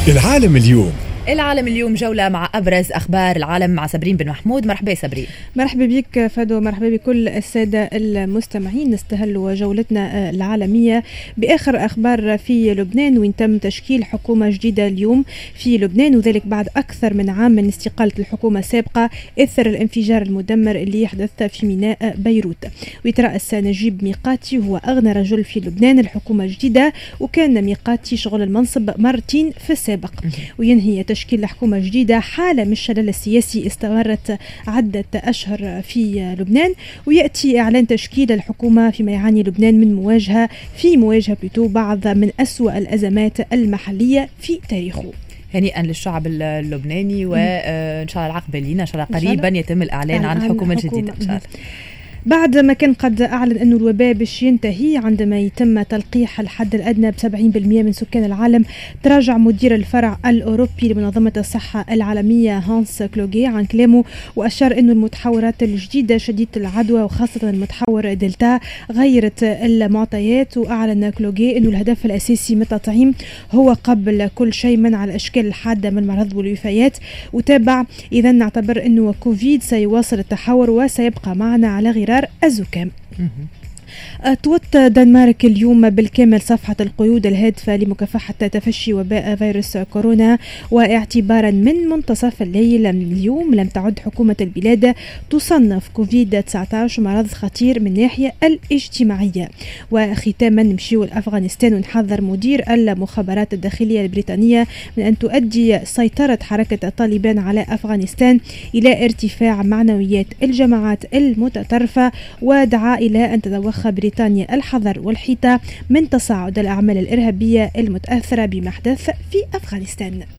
العالم اليوم. العالم اليوم جولة مع أبرز أخبار العالم مع سابرين بن محمود. مرحبا سابرين. مرحبا بك فادو، مرحبا بكل السادة المستمعين. نستهل جولتنا العالمية بآخر أخبار في لبنان، وين تم تشكيل حكومة جديدة اليوم في لبنان، وذلك بعد أكثر من عام من استقالة الحكومة السابقة إثر الانفجار المدمر اللي يحدث في ميناء بيروت. ويترأس نجيب ميقاتي، وهو أغنى رجل في لبنان، الحكومة الجديدة، وكان ميقاتي شغل المنصب مرتين في السابق. وينهي تشكيل حكومة جديدة حالة من الشلل السياسي استمرت عدة أشهر في لبنان، ويأتي إعلان تشكيل الحكومة فيما يعاني لبنان من مواجهة بعض من أسوأ الأزمات المحلية في تاريخه. هنيئا للشعب اللبناني، وإن شاء الله العقبة لينا إن شاء الله قريبا يتم الإعلان عن الحكومة الجديدة إن شاء الله. بعد ما كان قد أعلن أنه الوباء باش ينتهي عندما يتم تلقيح الحد الأدنى ب70% من سكان العالم، تراجع مدير الفرع الأوروبي لمنظمة الصحة العالمية هانس كلوغي عن كلامه، وأشار أنه المتحورات الجديدة شديدة العدوى وخاصة المتحور دلتا غيرت المعطيات. وأعلن كلوغي أنه الهدف الأساسي من التطعيم هو قبل كل شيء منع الأشكال الحادة من المرض والوفيات. وتابع: إذا نعتبر أنه كوفيد سيواصل التحور وسيبقى معنا على غرار الزكام. توت دنمارك اليوم بالكامل صفحة القيود الهادفة لمكافحة تفشي وباء فيروس كورونا، واعتبارا من منتصف الليل اليوم لم تعد حكومة البلاد تصنف كوفيد-19 مرض خطير من ناحية الاجتماعية. وختاما نمشيو لأفغانستان، ونحذر مدير المخابرات الداخلية البريطانية من أن تؤدي سيطرة حركة طالبان على أفغانستان إلى ارتفاع معنويات الجماعات المتطرفة، ودعا إلى أن تتوخى بريطانيا الحذر والحيطة من تصاعد الأعمال الإرهابية المتأثرة بما حدث في أفغانستان.